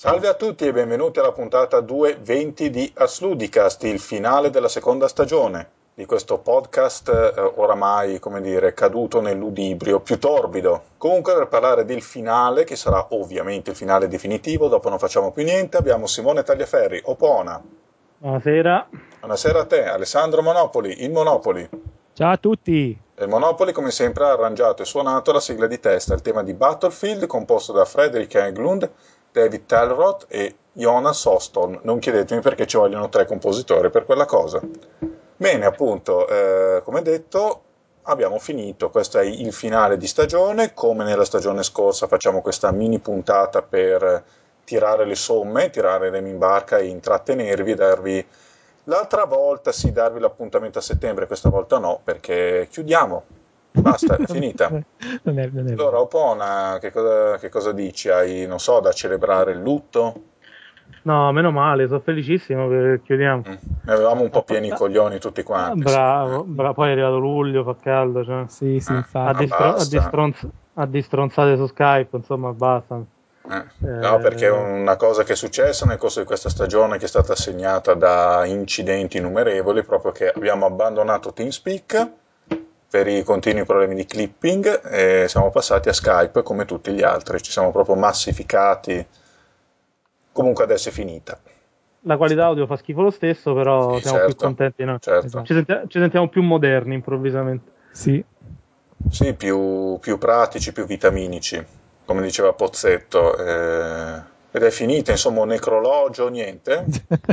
Salve a tutti e benvenuti alla puntata 220 di Asludicast, il finale della seconda stagione di questo podcast oramai, come dire, caduto nel ludibrio, più torbido. Comunque per parlare del finale, che sarà ovviamente il finale definitivo, dopo non facciamo più niente, abbiamo Simone Tagliaferri, Opona. Buonasera. Buonasera a te, Alessandro Monopoli, il Monopoli. Ciao a tutti! Il Monopoli, come sempre, ha arrangiato e suonato la sigla di testa, il tema di Battlefield, composto da Frederick Englund, David Telroth e Jonas Ostholm. Non chiedetemi perché ci vogliono 3 compositori per quella cosa. Bene, appunto, come detto, abbiamo finito. Questo è il finale di stagione. Come nella stagione scorsa facciamo questa mini puntata per tirare le somme, tirare le remi in barca e intrattenervi e darvi... L'altra volta sì, darvi l'appuntamento a settembre, questa volta no, perché chiudiamo. Basta, è finita. Non è Allora, Opona, che cosa dici? Hai, non so, da celebrare il lutto? No, meno male, sono felicissimo che chiudiamo. Ne avevamo un po' pieni i coglioni tutti quanti. Bravo, poi è arrivato luglio, fa caldo, cioè. Sì, A, infatti. Basta. a distronzate su Skype, insomma, basta. No, perché una cosa che è successa nel corso di questa stagione, che è stata segnata da incidenti innumerevoli, proprio che abbiamo abbandonato TeamSpeak per i continui problemi di clipping e siamo passati a Skype come tutti gli altri, ci siamo proprio massificati. Comunque adesso è finita. La qualità audio fa schifo lo stesso, però Sì, siamo certo, più contenti noi. certo. Ci sentiamo più moderni improvvisamente. Sì. Sì, più pratici, più vitaminici, come diceva Pozzetto. Ed è finita, insomma, un necrologio, niente?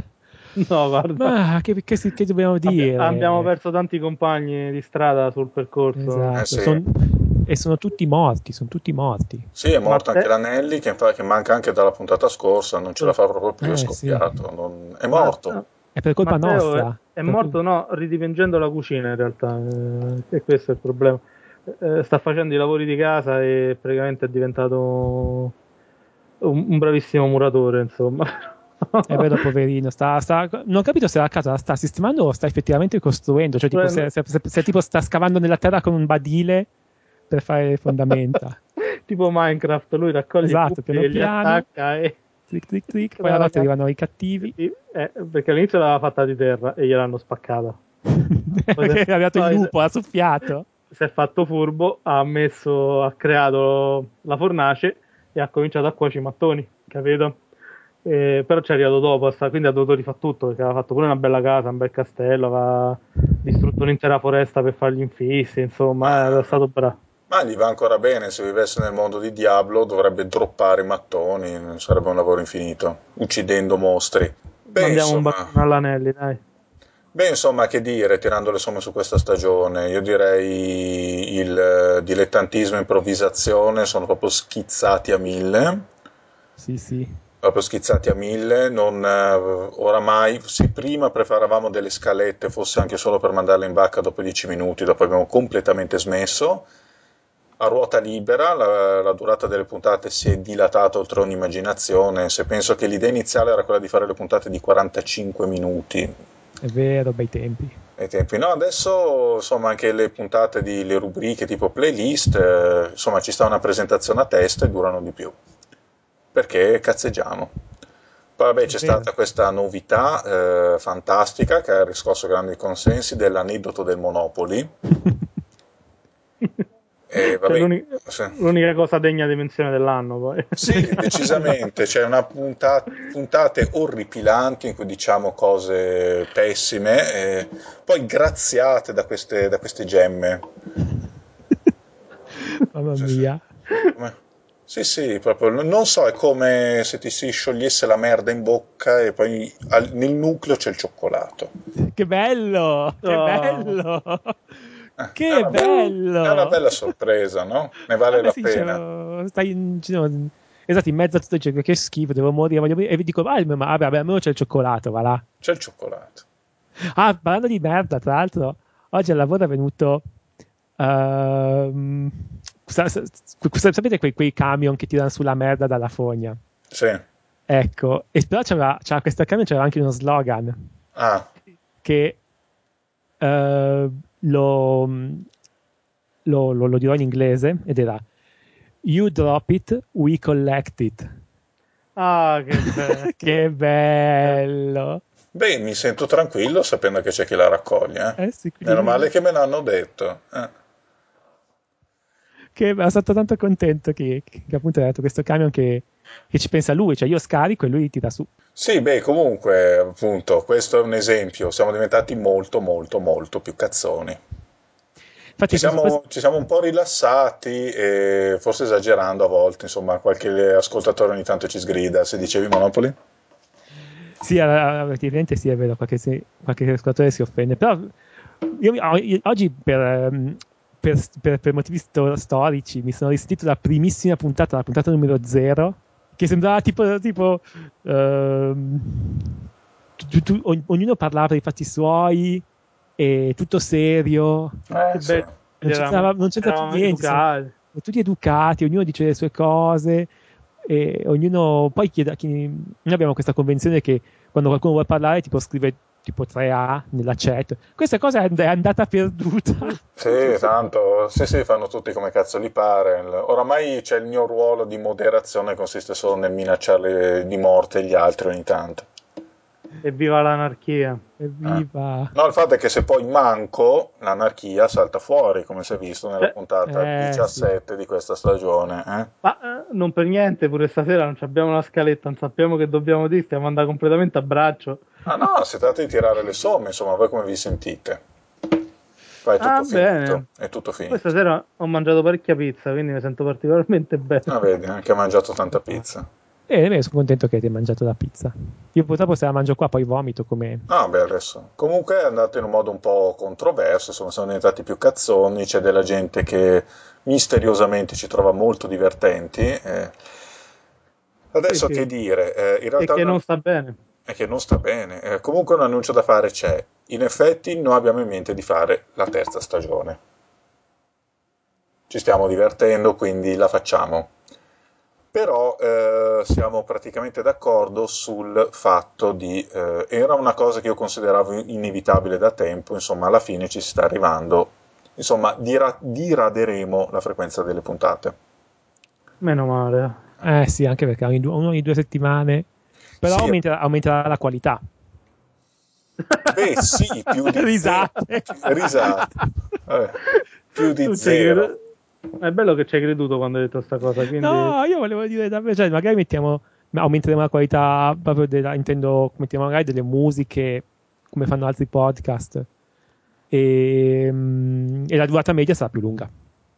No, guarda. Ma che dobbiamo dire? Abbiamo perso tanti compagni di strada sul percorso. Esatto. Sì. Sono tutti morti, Sì, è morto anche Matte- l'Anelli, che manca anche dalla puntata scorsa, non ce la fa proprio più, è sì. scoppiato. È Ma- morto. È per colpa Matteo nostra. è morto, no, ridipingendo la cucina in realtà, e questo è il problema. Sta facendo i lavori di casa e praticamente è diventato un bravissimo muratore, insomma. È vero, poverino. Non ho capito se la casa la sta sistemando o sta effettivamente costruendo. Cioè, tipo, se tipo sta scavando nella terra con un badile per fare le fondamenta. Tipo Minecraft, lui raccoglie i Esatto, puppi piano e li piano. attacca e... Clic, clic, clic. Poi alla notte arrivano i cattivi. perché all'inizio l'aveva fatta di terra e gliel'hanno spaccata. Perché è arrivato il Poi lupo, ha soffiato. si è fatto furbo, ha creato la fornace e ha cominciato a cuocere i mattoni, capito? Però ci è arrivato dopo, quindi ha dovuto rifare tutto, perché aveva fatto pure una bella casa, un bel castello, aveva distrutto un'intera foresta per fare gli infissi, insomma, era stato bravo. Ma gli va ancora bene, se vivesse nel mondo di Diablo dovrebbe droppare i mattoni, sarebbe un lavoro infinito, uccidendo mostri. Beh, Mandiamo un insomma, bacino all'Anelli, dai. che dire, tirando le somme su questa stagione, io direi il dilettantismo e improvvisazione sono proprio schizzati a 1000. Sì. Proprio schizzati a 1000, non, oramai, se prima preparavamo delle scalette fosse anche solo per mandarle in vacca dopo 10 minuti, dopo abbiamo completamente smesso. A ruota libera, la durata delle puntate si è dilatata oltre ogni immaginazione. Se penso che l'idea iniziale era quella di fare le puntate di 45 minuti. È vero, bei tempi. Ai tempi, no, adesso insomma anche le puntate le rubriche tipo playlist, insomma ci sta una presentazione a testa e durano di più. Perché cazzeggiamo. Poi vabbè, c'è stata questa novità fantastica che ha riscosso grandi consensi dell'aneddoto del Monopoli. Cioè, Vabbè, sì. l'unica cosa degna di menzione dell'anno, poi. Sì, decisamente, c'è una puntate orripilanti in cui diciamo cose pessime, poi graziate da queste gemme. Mamma Sì, sì. mia. Sì, proprio, non so, è come se ti si sciogliesse la merda in bocca e poi nel nucleo c'è il cioccolato. Che bello! Che Oh. bello! È Che è una bello! bella sorpresa, no? Ne vale Vabbè, la sì, pena. dicevo, esatto, in mezzo a tutto il gioco, che schifo, devo morire, e vi dico, vabbè, almeno c'è il cioccolato, va là. C'è il cioccolato. Ah, parlando di merda, tra l'altro, oggi al lavoro è venuto, ehm, sapete quei camion che tirano sulla merda dalla fogna? Sì. Ecco, e però c'era questo camion, c'era anche uno slogan, Ah, che eh, lo dirò in inglese, ed era: You drop it, we collect it. Ah, che bello. Che bello. Beh, mi sento tranquillo sapendo che c'è chi la raccoglie. Sì, Meno quindi male che me l'hanno detto. che sono stato tanto contento che appunto ha dato questo camion che ci pensa lui, cioè io scarico e lui ti dà su. Sì, beh, comunque, appunto, questo è un esempio. Siamo diventati molto, molto, molto più cazzoni. Ci Infatti, siamo, ci siamo un po' rilassati e forse esagerando a volte, insomma, qualche ascoltatore ogni tanto ci sgrida. Se dicevi Monopoli? sì, effettivamente sì, è vero, qualche ascoltatore si offende, però oggi per motivi storici mi sono risentito la primissima puntata, la puntata numero 0, che sembrava tipo ognuno parlava per i fatti suoi, e tutto serio, Che Sì. bello. non c'entrava più Eravamo niente, educati. tutti educati, ognuno dice le sue cose e ognuno poi noi abbiamo questa convenzione che quando qualcuno vuole parlare tipo scrive tipo 3A nella chat. Questa cosa è andata perduta. Sì, tanto, sì, sì, fanno tutti come cazzo gli pare. Oramai c'è il mio ruolo di moderazione, consiste solo nel minacciare di morte gli altri ogni tanto. Evviva l'anarchia. Eh. Evviva. No, il fatto è che se poi manco, l'anarchia salta fuori, come si è visto nella Cioè, puntata Sì. 17 di questa stagione. ma non per niente, pure stasera non abbiamo la scaletta, non sappiamo che dobbiamo dire, stiamo andando completamente a braccio. Ah no, si tratta di tirare le somme, insomma, voi come vi sentite? Qua è tutto Ah, finito, bene. è tutto Poi finito. stasera ho mangiato parecchia pizza, quindi mi sento particolarmente bene. Ah, vedi, anche ha mangiato tanta pizza. Sono contento che ti hai mangiato la pizza. Io purtroppo se la mangio qua poi vomito come... Ah, beh, adesso. Comunque è andato in un modo un po' controverso, insomma, siamo diventati più cazzoni, c'è della gente che misteriosamente ci trova molto divertenti. Sì, Adesso che sì. dire, in E realtà che non sta bene. è che non sta bene. Comunque un annuncio da fare c'è. In effetti noi abbiamo in mente di fare la terza stagione. Ci stiamo divertendo, quindi la facciamo. Però siamo praticamente d'accordo sul fatto di... era una cosa che io consideravo inevitabile da tempo, insomma alla fine ci si sta arrivando, insomma diraderemo la frequenza delle puntate. Meno male. Sì, anche perché ogni 2 settimane, però Sì, aumenterà la qualità. beh sì, più di zero, Risate. risate, Vabbè, più di Tu ci hai zero. È bello che ci hai creduto quando hai detto sta cosa, quindi... No, io volevo dire davvero, cioè magari aumenteremo la qualità proprio intendo, mettiamo magari delle musiche come fanno altri podcast e la durata media sarà più lunga.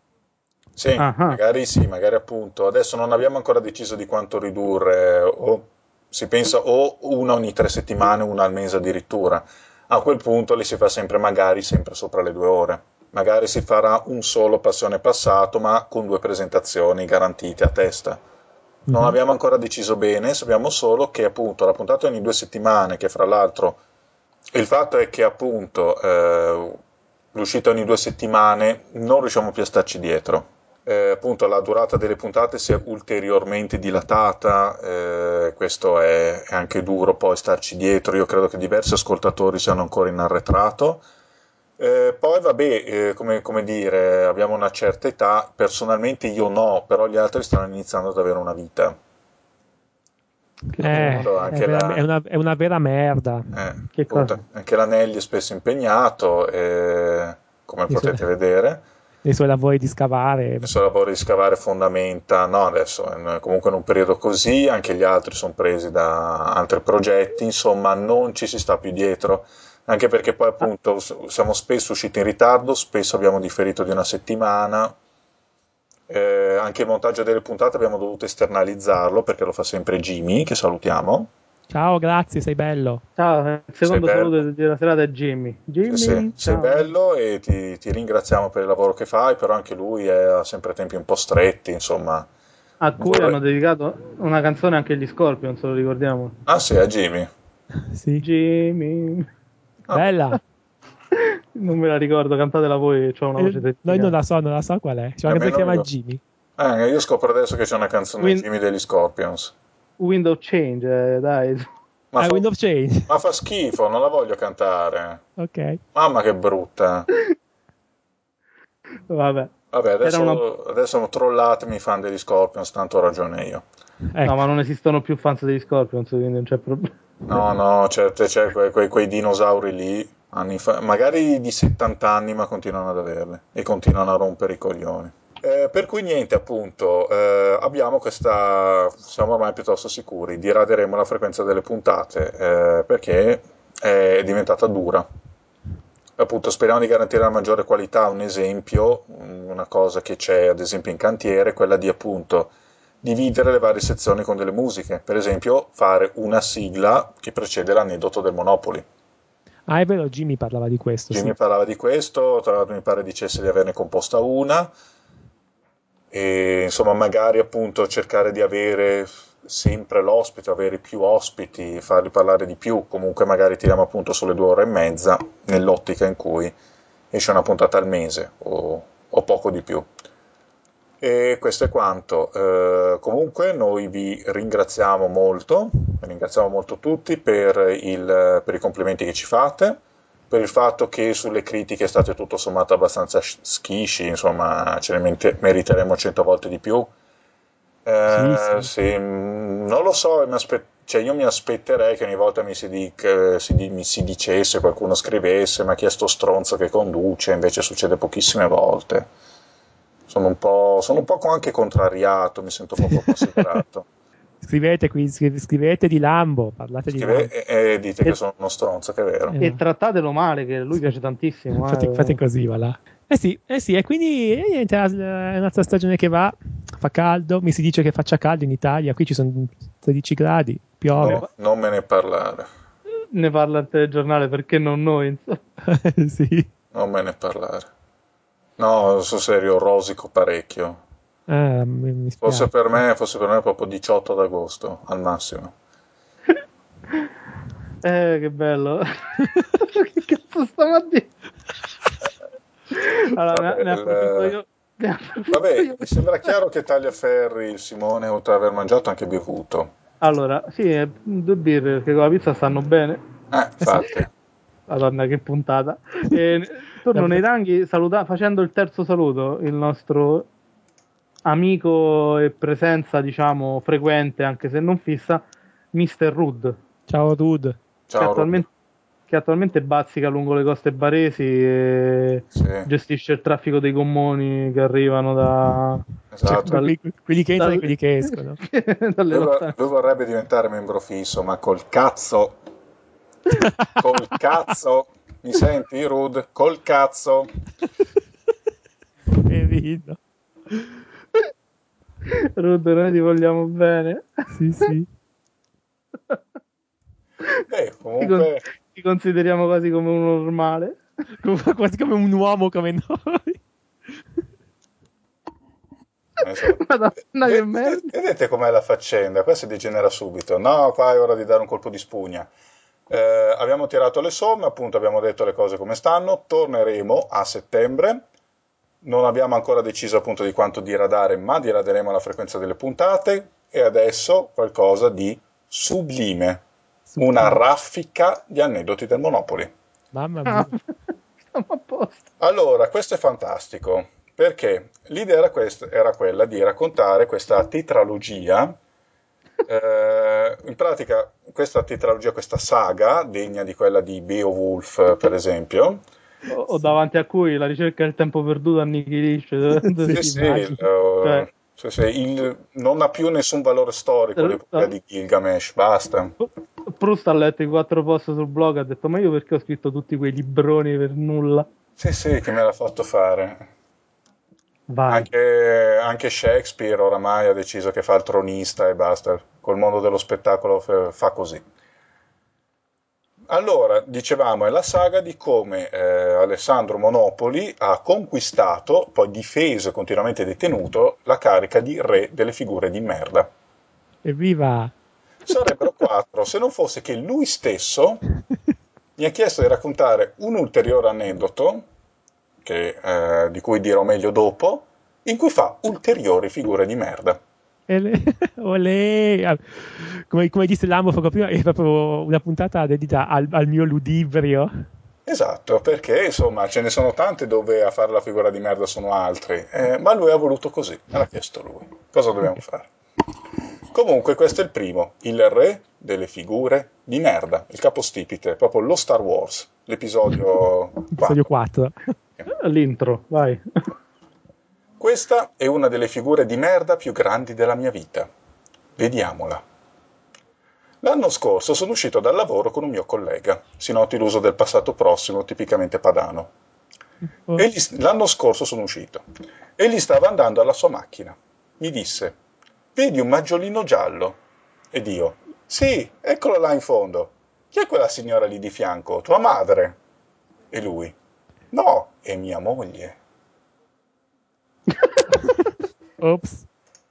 Sì, Ah, ah. sì, magari appunto. Adesso non abbiamo ancora deciso di quanto ridurre, o si pensa o una ogni 3 settimane, una al mese addirittura. A quel punto li si fa sempre, magari sempre sopra le 2 ore. Magari si farà un solo passione passato, ma con 2 presentazioni garantite a testa. Non Mhm. abbiamo ancora deciso bene, sappiamo solo che appunto la puntata ogni 2 settimane, che fra l'altro il fatto è che appunto l'uscita ogni 2 settimane non riusciamo più a starci dietro. Appunto la durata delle puntate si è ulteriormente dilatata, questo è anche duro poi starci dietro, io credo che diversi ascoltatori siano ancora in arretrato. Poi vabbè, come dire, abbiamo una certa età, personalmente io no, però gli altri stanno iniziando ad avere una vita. Che cosa? Appunto, anche la, È una vera merda. Che cosa? appunto, anche l'Anelli è spesso impegnato, come Nei suoi, potete vedere. nei suoi lavori di scavare. Adesso lavoro di scavare fondamenta, no, adesso comunque in un periodo così, anche gli altri sono presi da altri progetti, insomma non ci si sta più dietro, anche perché poi Ah, appunto siamo spesso usciti in ritardo, spesso abbiamo diferito di una settimana, anche il montaggio delle puntate abbiamo dovuto esternalizzarlo perché lo fa sempre Jimmy, che salutiamo. Ciao, grazie, sei bello. ciao, il Sei secondo bello. saluto della serata è Jimmy. Sì, sì, Jimmy, sei ciao. bello e ti ringraziamo per il lavoro che fai, però anche lui ha sempre tempi un po' stretti, insomma. A cui Vorrei... hanno dedicato una canzone anche gli Scorpions, lo ricordiamo. Ah sì, a Jimmy. Sì, Jimmy. Ah, bella. Non me la ricordo, cantatela voi, c'ho una voce Noi terrificante. non la so qual è. C'è una canzone che si nemmeno chiama io. Jimmy. Io scopro adesso che c'è una canzone Win- Jimmy degli Scorpions. Wind of Change, dai. Ma fa, Wind of Change. ma fa schifo, non la voglio cantare. Ok. Mamma che brutta. Vabbè, Vabbè, era una... adesso trollatemi fan degli Scorpions, tanto ho ragione io. Ecco. No, ma non esistono più fans degli Scorpions, quindi non c'è problema. No, c'è quei dinosauri lì, anni fa, magari di 70 anni, ma continuano ad averle e continuano a rompere i coglioni. Per cui niente, appunto, abbiamo siamo ormai piuttosto sicuri, diraderemo la frequenza delle puntate, perché è diventata dura. Appunto, speriamo di garantire la maggiore qualità. Un esempio, una cosa che c'è ad esempio in cantiere, è quella di appunto dividere le varie sezioni con delle musiche, per esempio fare una sigla che precede l'aneddoto del Monopoli. Ah, è vero, Jimmy parlava di questo, Jimmy sì. parlava di questo, tra l'altro mi pare dicesse di averne composta una, e insomma magari appunto cercare di avere sempre l'ospite, avere più ospiti, farli parlare di più, comunque magari tiriamo appunto sulle 2 ore e mezza, nell'ottica in cui esce una puntata al mese o poco di più. E questo è quanto. Comunque noi vi ringraziamo molto tutti per i complimenti che ci fate, per il fatto che sulle critiche state tutto sommato abbastanza schisci, insomma ce ne meriteremo 100 volte di più. Sì. Sì, non lo so, cioè io mi aspetterei che ogni volta mi si dicesse, qualcuno scrivesse, ma chi è sto stronzo che conduce, invece succede pochissime volte. Sono un po' anche contrariato, mi sento poco considerato. Scrivete qui, scrivete di Lambo, parlate di Lambo. E dite che sono uno stronzo, che è vero. E trattatelo male, che a lui piace tantissimo. Fate così, va là. Sì, e quindi niente, è un'altra stagione che va, fa caldo, mi si dice che faccia caldo in Italia, qui ci sono 13 gradi, piove. No, non me ne parlare. Ne parla il telegiornale, perché non noi, insomma. Sì. Non me ne parlare. No, sul serio, rosico parecchio. Mi spiace. Fosse per me proprio 18 d'agosto, al massimo. Che bello. Che cazzo stiamo a dire? Allora, Vabbè, ne approfitto io. Vabbè, mi sembra chiaro che Tagliaferri, il Simone, oltre ad aver mangiato, ha anche bevuto. Allora, sì, 2 birre, perché con la pizza stanno bene. Infatti. Madonna, che puntata. Torno nei ranghi facendo il terzo saluto, il nostro amico e presenza, diciamo, frequente, anche se non fissa, Mr. Rudd. Ciao Rud. Che Ciao, Rudy. attualmente bazzica lungo le coste baresi e Sì, gestisce il traffico dei gommoni che arrivano esatto. Quelli che entrano e quelli che escono. dalle Lui vorrebbe diventare membro fisso, ma col cazzo. Col cazzo. Mi senti, Rud? Col cazzo. Poverino. Rudd, noi ti vogliamo bene. Sì. Comunque. Ti consideriamo quasi come uno normale. Quasi come un uomo come noi. Esatto. Madonna, che merda. Vedete com'è la faccenda? Qua si degenera subito. No, qua è ora di dare un colpo di spugna. Abbiamo tirato le somme, appunto abbiamo detto le cose come stanno, torneremo a settembre, non abbiamo ancora deciso appunto di quanto diradare, ma diraderemo la frequenza delle puntate e adesso qualcosa di sublime, una raffica di aneddoti del Monopoli. Mamma mia. Stiamo a posto. Allora, questo è fantastico, perché l'idea era quella di raccontare questa tetralogia. In pratica questa tetralogia, questa saga, degna di quella di Beowulf, per esempio. O davanti a cui la ricerca del tempo perduto annichilisce. Non ha più nessun valore storico l'epoca di Gilgamesh, basta. Proust ha letto i 4 post sul blog, ha detto: ma io perché ho scritto tutti quei libroni per nulla? Sì, che me l'ha fatto fare. Vai. Anche Shakespeare oramai ha deciso che fa il tronista e basta, col mondo dello spettacolo fa così. Allora, dicevamo, è la saga di come Alessandro Monopoli ha conquistato, poi difeso e continuamente detenuto, la carica di re delle figure di merda. Evviva! Sarebbero 4, se non fosse che lui stesso mi ha chiesto di raccontare un ulteriore aneddoto, di cui dirò meglio dopo, in cui fa ulteriori figure di merda. Olè! Come disse Lambo poco prima, è proprio una puntata dedita al mio ludibrio. Esatto, perché insomma ce ne sono tante dove a fare la figura di merda sono altri, ma lui ha voluto così, me l'ha chiesto lui. Cosa dobbiamo fare? Comunque questo è il primo, il re delle figure di merda, il capostipite, proprio lo Star Wars, l'episodio Episodio 4. 4. L'intro, vai. Questa è una delle figure di merda più grandi della mia vita. Vediamola. L'anno scorso sono uscito dal lavoro con un mio collega, si noti l'uso del passato prossimo, tipicamente padano. L'anno scorso sono uscito. Egli stava andando alla sua macchina. Mi disse, vedi un maggiolino giallo? Ed io, sì, eccolo là in fondo. Chi è quella signora lì di fianco? Tua madre? E lui, no, è mia moglie. Ops.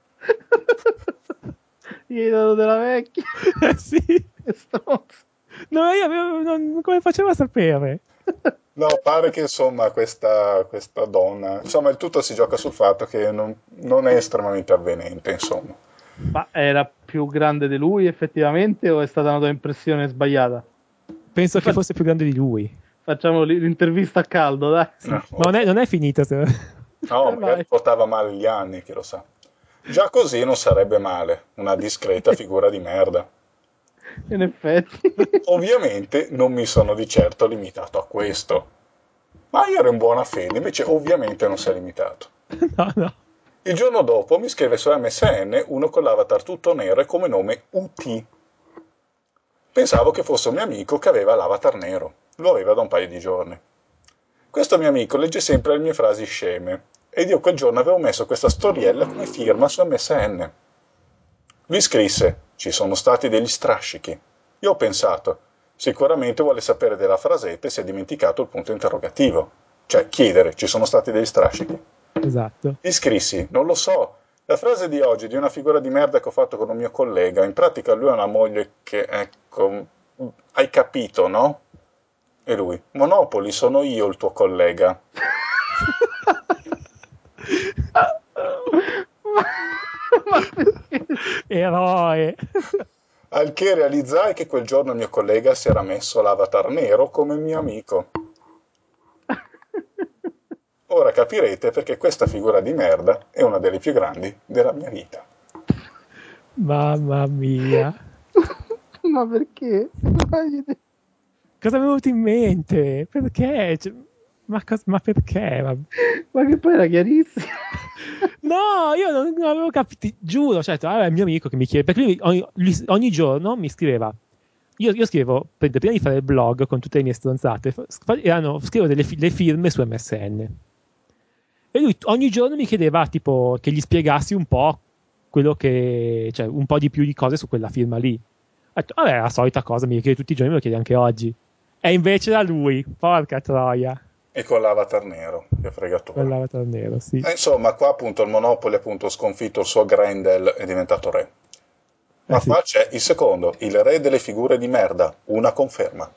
Gli hai dato della vecchia. Sì. Che stronzo. No, io come facevo a sapere? No, pare che insomma questa donna, insomma il tutto si gioca sul fatto che non è estremamente avvenente, insomma. Ma era più grande di lui effettivamente o è stata una tua impressione sbagliata? Penso che fosse più grande di lui. Facciamo l'intervista a caldo, dai. No, Ma non è finita. no, magari portava male gli anni, chi lo sa. Già così non sarebbe male, una discreta figura di merda. In effetti. Ovviamente non mi sono di certo limitato a questo. Ma io ero in buona fede, invece ovviamente non si è limitato. No. Il giorno dopo mi scrive su MSN uno con l'avatar tutto nero e come nome UT. Pensavo che fosse un mio amico che aveva l'avatar nero. Lo aveva da un paio di giorni. Questo mio amico legge sempre le mie frasi sceme ed io quel giorno avevo messo questa storiella come firma su MSN. Lui scrisse, ci sono stati degli strascichi. Io ho pensato, sicuramente vuole sapere della frasetta e si è dimenticato il punto interrogativo. Cioè, chiedere, ci sono stati degli strascichi. Esatto. Gli scrissi, non lo so. La frase di oggi di una figura di merda che ho fatto con un mio collega, in pratica lui ha una moglie che, ecco, hai capito, no? E lui, Monopoli, sono io il tuo collega. Ma perché? Eroe. Al che realizzai che quel giorno il mio collega si era messo l'avatar nero come mio amico. Ora capirete perché questa figura di merda è una delle più grandi della mia vita. Mamma mia. Ma perché? Cosa mi è venuto in mente? Perché? Ma perché? Ma che poi era chiarissimo. No, io non avevo capito, giuro, cioè, è il mio amico che mi chiede, perché lui ogni giorno mi scriveva, io scrivevo, prima di fare il blog con tutte le mie stronzate, scrivevo le firme su MSN. E lui ogni giorno mi chiedeva, tipo, che gli spiegassi un po' quello che, cioè, un po' di più di cose su quella firma lì. Ho detto, vabbè, è la solita cosa, mi chiede tutti i giorni, me lo chiede anche oggi. E invece da lui, porca troia. E con l'avatar nero, che fregatura. Quell'avatar nero, sì. Insomma, qua appunto il Monopoli appunto sconfitto il suo Grendel è diventato re. Ma Sì. qua c'è il secondo, il re delle figure di merda, una conferma.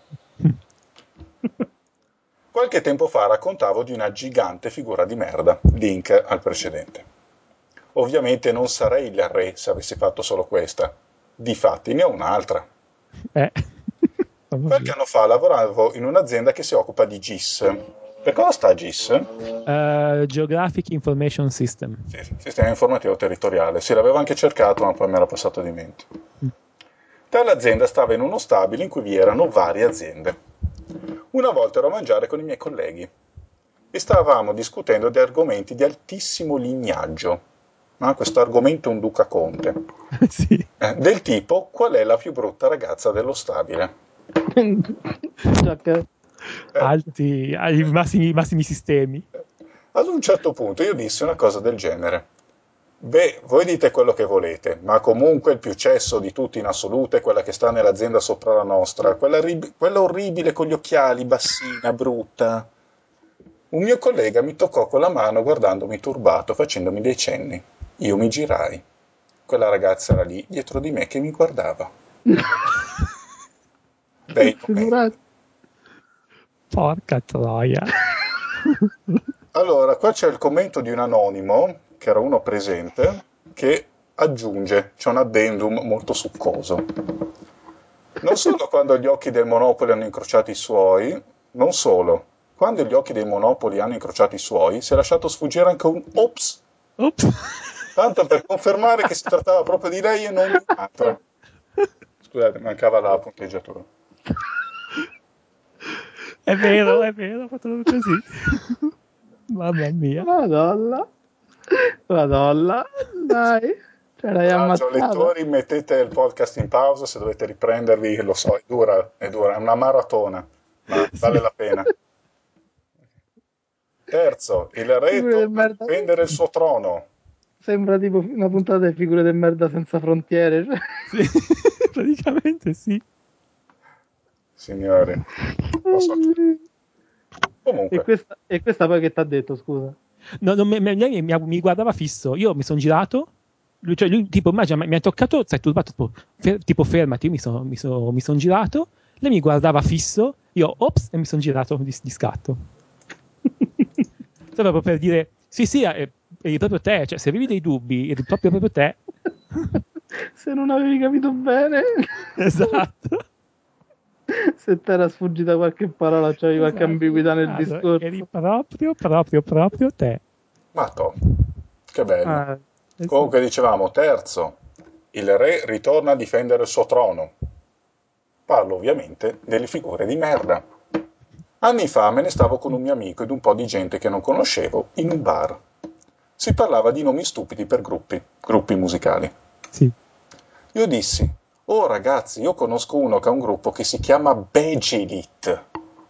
Qualche tempo fa raccontavo di una gigante figura di merda, link al precedente. Ovviamente non sarei il re se avessi fatto solo questa. Difatti ne ho un'altra. Qualche anno fa lavoravo in un'azienda che si occupa di GIS. Per cosa sta GIS? Geographic Information System. Sì, Sistema Informativo Territoriale. Sì, l'avevo anche cercato, ma poi mi era passato di mente. Tale azienda stava in uno stabile in cui vi erano varie aziende. Una volta ero a mangiare con i miei colleghi e stavamo discutendo di argomenti di altissimo lignaggio. Ma questo argomento è un duca conte. Sì. Del tipo, qual è la più brutta ragazza dello stabile? Alti, ai massimi sistemi. Ad un certo punto io dissi una cosa del genere. Beh, voi dite quello che volete, ma comunque il più cesso di tutti in assoluto è quella che sta nell'azienda sopra la nostra, quella orribile con gli occhiali, bassina, brutta. Un mio collega mi toccò con la mano guardandomi turbato, facendomi dei cenni. Io mi girai. Quella ragazza era lì, dietro di me, che mi guardava. Bei momenti. Porca troia. Allora, qua c'è il commento di un anonimo, che era uno presente, che aggiunge, c'è un addendum molto succoso. Non solo quando gli occhi del Monopoli hanno incrociato i suoi, non solo, quando gli occhi dei Monopoli hanno incrociato i suoi, si è lasciato sfuggire anche un ops. Ops. Tanto per confermare che si trattava proprio di lei e non di un'altra. Scusate, mancava la punteggiatura. È vero, ho fatto così. Mamma mia. Madonna, dai, ce l'hai Coraggio, ammazzata. lettori, mettete il podcast in pausa se dovete riprendervi, lo so, è dura, è una maratona, ma vale la pena. Terzo, il re Figure del torna a merda. difendere il suo trono. Sembra tipo una puntata di Figure del merda senza frontiere. Sì, praticamente sì. Signori, lo so. Comunque, E questa poi che t'ha detto, scusa? No, lei mi guardava fisso. Io mi sono girato. Lui, tipo, immagina, mi ha toccato, sai, turbato, tipo, fermati. Io mi son girato. Lei mi guardava fisso. Io, ops, e mi sono girato di scatto. Stava proprio per dire, sì, eri proprio te. Cioè, se avevi dei dubbi, eri proprio te. Se non avevi capito bene, Esatto. se t'era sfuggita qualche parola, c'avevi qualche ambiguità nel Esatto. Eri discorso. proprio te. ma to, che bello. Ah, Sì. Comunque dicevamo, terzo, il re ritorna a difendere il suo trono. Parlo ovviamente delle figure di merda. Anni fa me ne stavo con un mio amico ed un po' di gente che non conoscevo in un bar. Si parlava di nomi stupidi per gruppi musicali. Sì. Io dissi, oh ragazzi, io conosco uno che ha un gruppo che si chiama Begelit.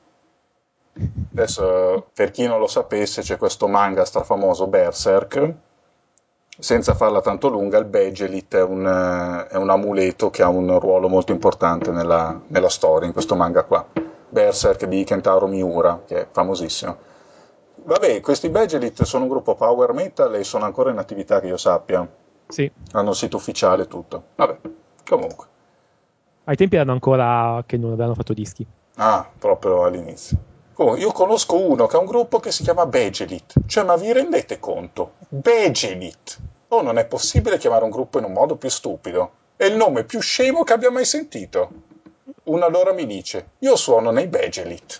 Adesso, per chi non lo sapesse, c'è questo manga strafamoso Berserk. Senza farla tanto lunga, il Begelit è un amuleto che ha un ruolo molto importante nella storia, in questo manga qua. Berserk di Kentaro Miura, che è famosissimo. Vabbè, questi Begelit sono un gruppo power metal e sono ancora in attività che io sappia. Sì. Hanno il sito ufficiale e tutto. Vabbè, comunque. Ai tempi erano ancora che non avevano fatto dischi. Ah, proprio all'inizio. Oh, io conosco uno che ha un gruppo che si chiama Begelit. Cioè, ma vi rendete conto? Begelit. Oh, non è possibile chiamare un gruppo in un modo più stupido. È il nome più scemo che abbia mai sentito. Uno allora mi dice, io suono nei Begelit.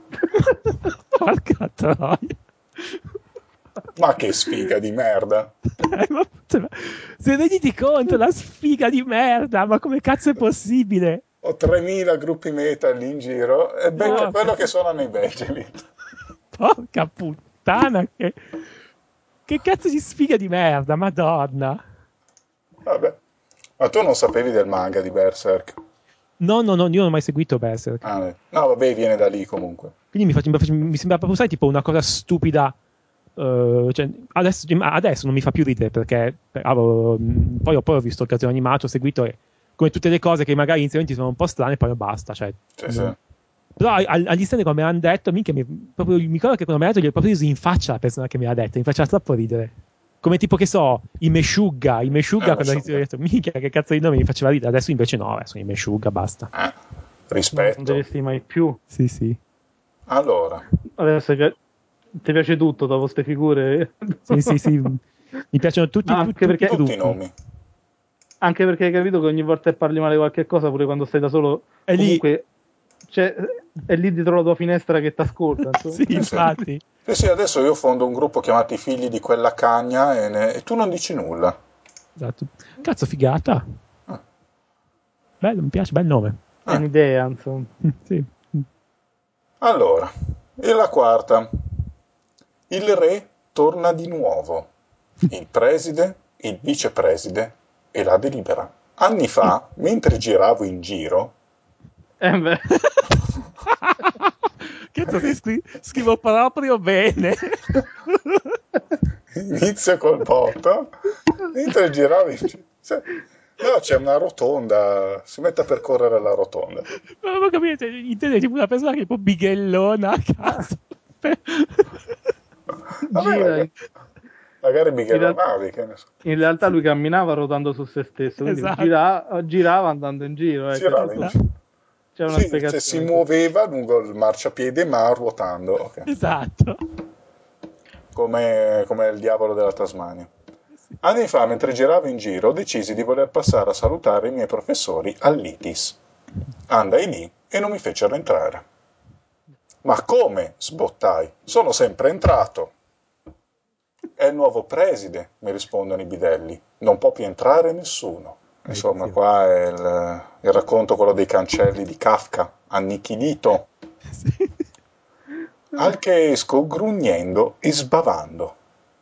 Porca troia. Ma che sfiga di merda. Se renditi conto, la sfiga di merda, ma come cazzo è possibile? Ho 3000 gruppi metal in giro e becca quello che suona nei Begelit. Porca puttana, che cazzo di sfiga di merda, madonna. Vabbè. Ma tu non sapevi del manga di Berserk? No, io non ho mai seguito Berserk. Ah, no, vabbè, viene da lì comunque. Quindi mi sembra proprio, sai, tipo una cosa stupida. Cioè, adesso non mi fa più ridere perché poi ho visto il cartone animato, ho seguito e come tutte le cose che magari inizialmente sono un po' strane, poi basta. Cioè, Sì. Però agli stand come mi hanno detto, minchia, proprio, mi ricordo che quando mi ha detto gli ho proprio preso in faccia la persona che mi ha detto, mi faceva troppo ridere. Come tipo, che so, i Meshuggah quando ho detto, minchia, che cazzo di nome mi faceva ridere. Adesso invece no, sono i Meshuggah, basta. Rispetto. non dovresti mai più. Sì. Allora, Adesso ti piace tutto dopo queste figure. Sì. Mi piacciono tutti i perché, tutti i gruppi. nomi. anche perché hai capito che ogni volta che parli male di qualche cosa, pure quando stai da solo, È comunque è lì dietro la tua finestra che ti ascolta. Sì, infatti. Sì, adesso io fondo un gruppo chiamato I Figli di quella cagna e tu non dici nulla. Esatto. Cazzo, figata. Ah. Bello, mi piace, bel nome. È un'idea, insomma. Sì. Allora, e la quarta. Il re torna di nuovo. Il preside, il vicepreside e la delibera. Anni fa, mentre giravo in giro... Beh. Cazzo, scrivo proprio bene. Inizio col botto, mentre giravo in giro... No, c'è una rotonda, si mette a percorrere la rotonda. Ma non capito, intende tipo una persona che è un po' bighellona a caso. Gira. Magari In, real- bighellonavi, che ne so. in realtà lui camminava rotando su se stesso, quindi Esatto. girava andando in giro. Girava in giro. C'è una Sì, cioè, si spiegazione. muoveva lungo il marciapiede ma ruotando, ok. Esatto. Come il diavolo della Tasmania. Anni fa, mentre giravo in giro, decisi di voler passare a salutare i miei professori all'ITIS. Andai lì e non mi fecero entrare. Ma come? Sbottai. Sono sempre entrato. È il nuovo preside, mi rispondono i bidelli. Non può più entrare nessuno. Insomma, qua è il racconto, quello dei cancelli di Kafka, annichilito. Sì. Al che esco grugnendo e sbavando.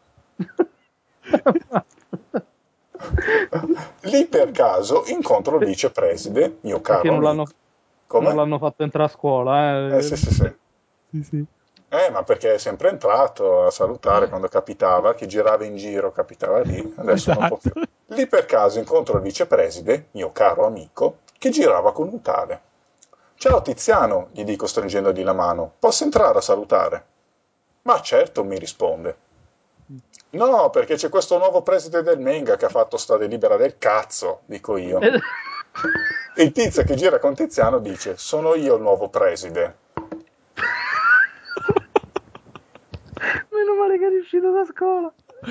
Lì per caso incontro il vicepreside, mio Perché caro non amico. Come? non l'hanno fatto entrare a scuola, Sì, sì, sì. Sì. Ma perché è sempre entrato a salutare quando capitava, chi girava in giro capitava lì, adesso non può più. Esatto. Lì per caso incontro il vicepreside, mio caro amico, che girava con un tale. Ciao Tiziano, gli dico stringendogli la mano, posso entrare a salutare? Ma certo, mi risponde. No, perché c'è questo nuovo preside del Menga che ha fatto sta delibera del cazzo, dico io. E il tizio che gira con Tiziano dice, sono io il nuovo preside. Meno male che è uscito da scuola.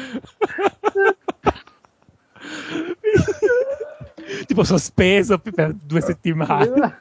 Tipo sospeso per 2 settimane.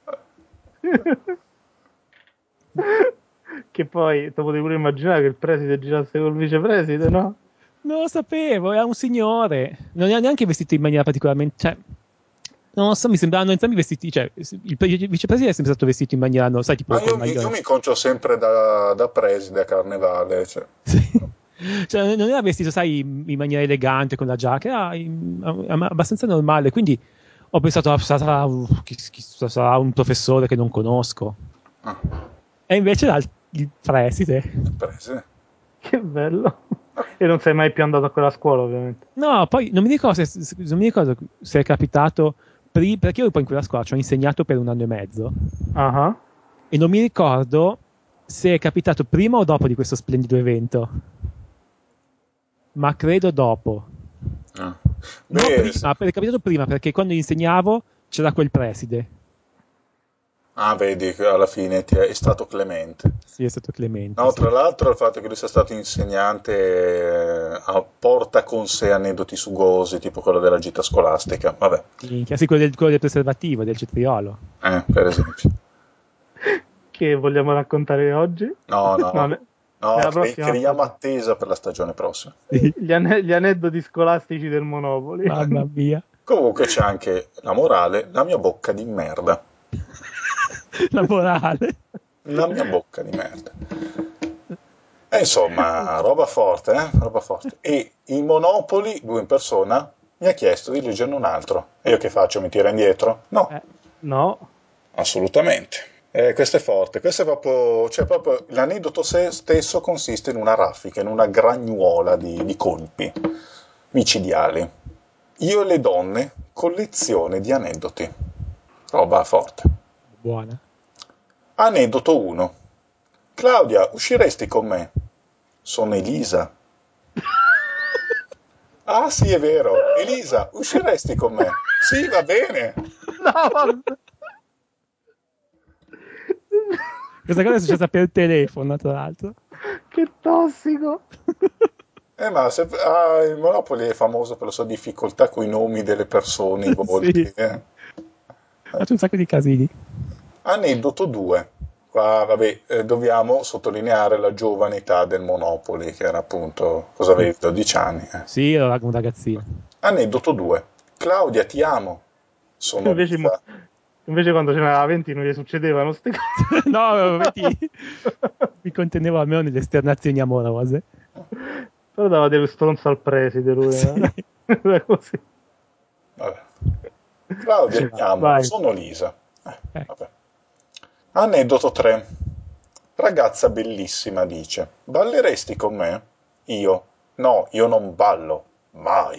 Che poi, te potevi pure immaginare che il preside girasse col vicepreside, no? Non lo sapevo, era un signore. Non era neanche vestito in maniera particolarmente... Cioè, non lo so, mi sembravano entrambi vestiti... Cioè, il vicepresidente è sempre stato vestito in maniera, no, sai, tipo Ma col io maglione. mi concio sempre da preside a carnevale. Cioè. Sì. Cioè, non era vestito, sai, in maniera elegante con la giacca, era abbastanza normale. Quindi ho pensato, sarà un professore che non conosco. Ah, E invece era il preside. preside. Che bello. E non sei mai più andato a quella scuola, ovviamente. No, poi non mi ricordo non mi ricordo se è capitato perché io poi in quella scuola ci ho insegnato per 1 anno e mezzo Ah, e non mi ricordo se è capitato prima o dopo di questo splendido evento, ma credo dopo. Ah. No, Beh, prima, è capitato prima perché quando insegnavo c'era quel preside. vedi che alla fine è stato clemente. Sì, è stato Clemente, No, sì. tra l'altro il fatto che lui sia stato insegnante porta con sé aneddoti sugosi, tipo quello della gita scolastica. Vabbè, Minchia, sì, quello del preservativo, del cetriolo. per esempio. che vogliamo raccontare oggi? No, No, no, no, nella prossima creiamo stagione. attesa per la stagione prossima. Sì, Gli aneddoti scolastici del Monopoli. mamma mia. Comunque c'è anche la morale, la mia bocca di merda. La morale. La mia bocca di merda. E insomma, roba forte, roba forte. E il Monopoli, lui in persona, mi ha chiesto di leggerne un altro. E io che faccio? Mi tira indietro? No, No. assolutamente. Questo è forte, questo è proprio, cioè proprio l'aneddoto stesso consiste in una raffica, in una gragnuola di colpi micidiali. Io e le donne, collezione di aneddoti. Roba forte. Buona. Aneddoto 1. Claudia, usciresti con me? Sono Elisa. Ah sì, è vero. Elisa, usciresti con me? Sì, va bene. No, vabbè. Questa cosa è successa per telefono, tra l'altro. Che tossico. Ma il Monopoli è famoso per la sua difficoltà con i nomi delle persone, i volti. Sì, faccio un sacco di casini. Aneddoto 2. Qua, vabbè, dobbiamo sottolineare la giovane età del Monopoli, che era appunto, cosa avevi, 12 anni. Sì, ero un ragazzino. Aneddoto 2. Claudia, ti amo. Sono Invece, Lisa. invece quando ce n'era 20 non gli succedevano ste cose. No, vedi, mi contenevo almeno nelle esternazioni amorose. Però dava dello stronzo al preside lui. Sì. Era così. Vabbè. Claudia, ti amo. Vai. Sono Lisa. Eh, Vabbè. Aneddoto 3. Ragazza bellissima dice: balleresti con me? Io: no, io non ballo. Mai.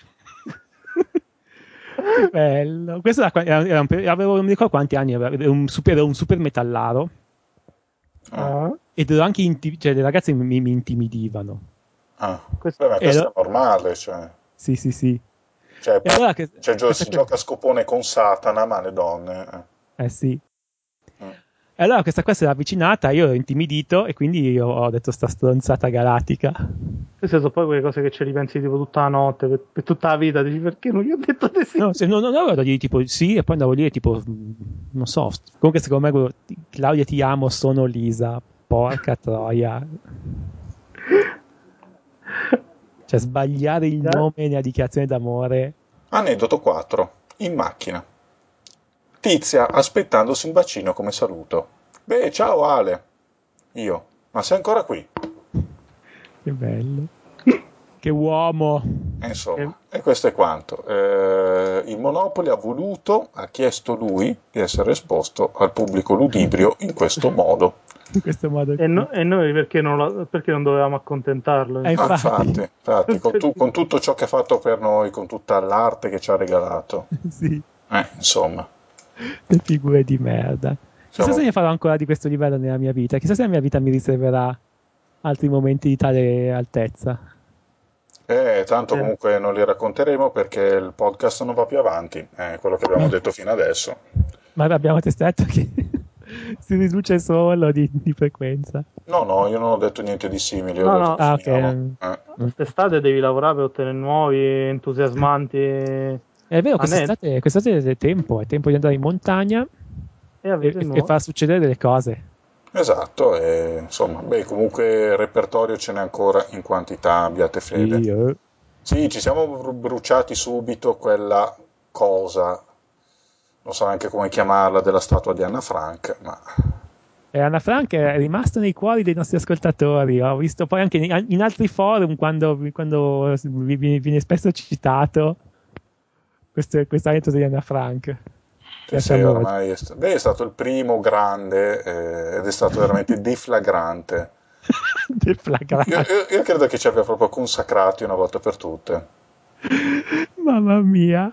Che bello. Questo avevo non mi ricordo quanti anni aveva, era un super metallaro Ah, Ah, ed ero anche cioè le ragazze mi intimidivano. ah. questo- Beh, ma E questo allora, è normale, cioè. sì, sì, sì. Cioè, E allora si gioca a scopone con Satana, ma le donne. sì. Mm. E allora questa qua si era avvicinata, io ero intimidito e quindi io ho detto sta stronzata galattica. queste sono poi quelle cose che ci ripensi tipo tutta la notte, per tutta la vita, dici perché non gli ho detto di sì. No, non avevo da dire tipo sì e poi andavo lì e tipo non so, comunque secondo me Claudia ti amo, sono Lisa, porca troia. Cioè, sbagliare il nome nella dichiarazione d'amore. Aneddoto 4. In macchina. Tizia aspettandosi un bacino come saluto. Beh, ciao Ale. Io. Ma sei ancora qui? Che bello. Che uomo. Insomma, e questo è quanto. Il Monopoli ha chiesto lui di essere esposto al pubblico ludibrio in questo modo. In questo modo. E noi perché non dovevamo accontentarlo? Infatti, con tutto ciò che ha fatto per noi, con tutta l'arte che ci ha regalato. Sì. Insomma. Le figure di merda. Chissà se ne farò ancora di questo livello nella mia vita. Chissà se la mia vita mi riserverà altri momenti di tale altezza. Tanto comunque non li racconteremo perché il podcast non va più avanti, quello che abbiamo detto fino adesso. Ma abbiamo testato che si riduce solo di frequenza. No, io non ho detto niente di simile. No. Ok. Quest'estate devi lavorare per ottenere nuovi, entusiasmanti. È vero, quest'estate è tempo di andare in montagna e far succedere delle cose. Esatto, insomma, comunque il repertorio ce n'è ancora in quantità, abbiate fede. Sì, ci siamo bruciati subito quella cosa, non so neanche come chiamarla, della statua di Anna Frank, ma... E Anna Frank è rimasta nei cuori dei nostri ascoltatori. Ho visto poi anche in altri forum quando viene spesso citato questo aneddoto di Anna Frank. Sì, ormai è stato il primo grande ed è stato veramente deflagrante. Io credo che ci abbia proprio consacrati una volta per tutte. Mamma mia.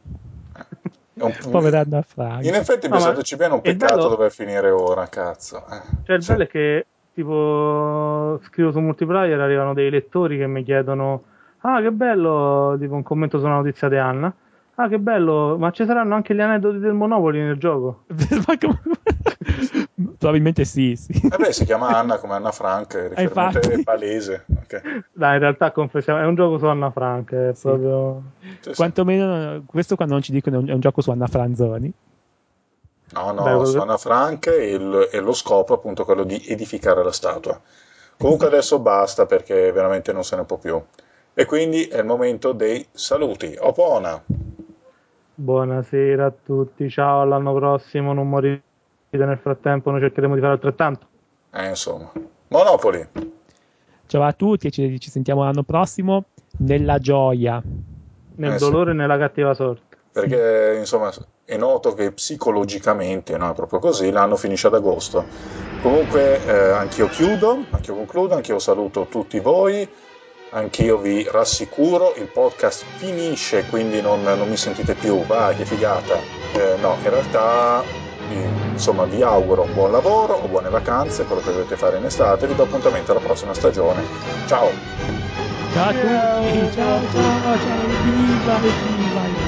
Povera Anna Frank. In effetti, pensandoci bene, è un peccato dover finire ora, cazzo. Cioè, il bello è che, tipo, scrivo su Multiplayer, arrivano dei lettori che mi chiedono: ah, che bello, tipo un commento su una notizia di Anna. Ah, che bello, ma ci saranno anche gli aneddoti del Monopoli nel gioco? Probabilmente sì. Si chiama Anna come Anna Frank, il riferimento è palese. Okay. Dai, in realtà confessiamo, è un gioco su Anna Frank, è proprio... Quantomeno, questo quando non ci dicono è un gioco su Anna Franzoni. No, su Anna Frank e lo scopo appunto quello di edificare la statua. Comunque adesso basta perché veramente non se ne può più. E quindi è il momento dei saluti. Opona! Buonasera a tutti, ciao, all'anno prossimo, non morite nel frattempo, noi cercheremo di fare altrettanto. Insomma. Monopoli! Ciao a tutti e ci sentiamo l'anno prossimo nella gioia. Nel dolore e nella cattiva sorte. Perché insomma è noto che psicologicamente, no, è proprio così, l'anno finisce ad agosto. Comunque anch'io concludo, anch'io saluto tutti voi. Anch'io vi rassicuro, il podcast finisce, quindi non mi sentite più, vai che figata. No, in realtà, insomma, vi auguro un buon lavoro o buone vacanze, quello che dovete fare in estate, vi do appuntamento alla prossima stagione. Ciao! Ciao a tutti, ciao, viva.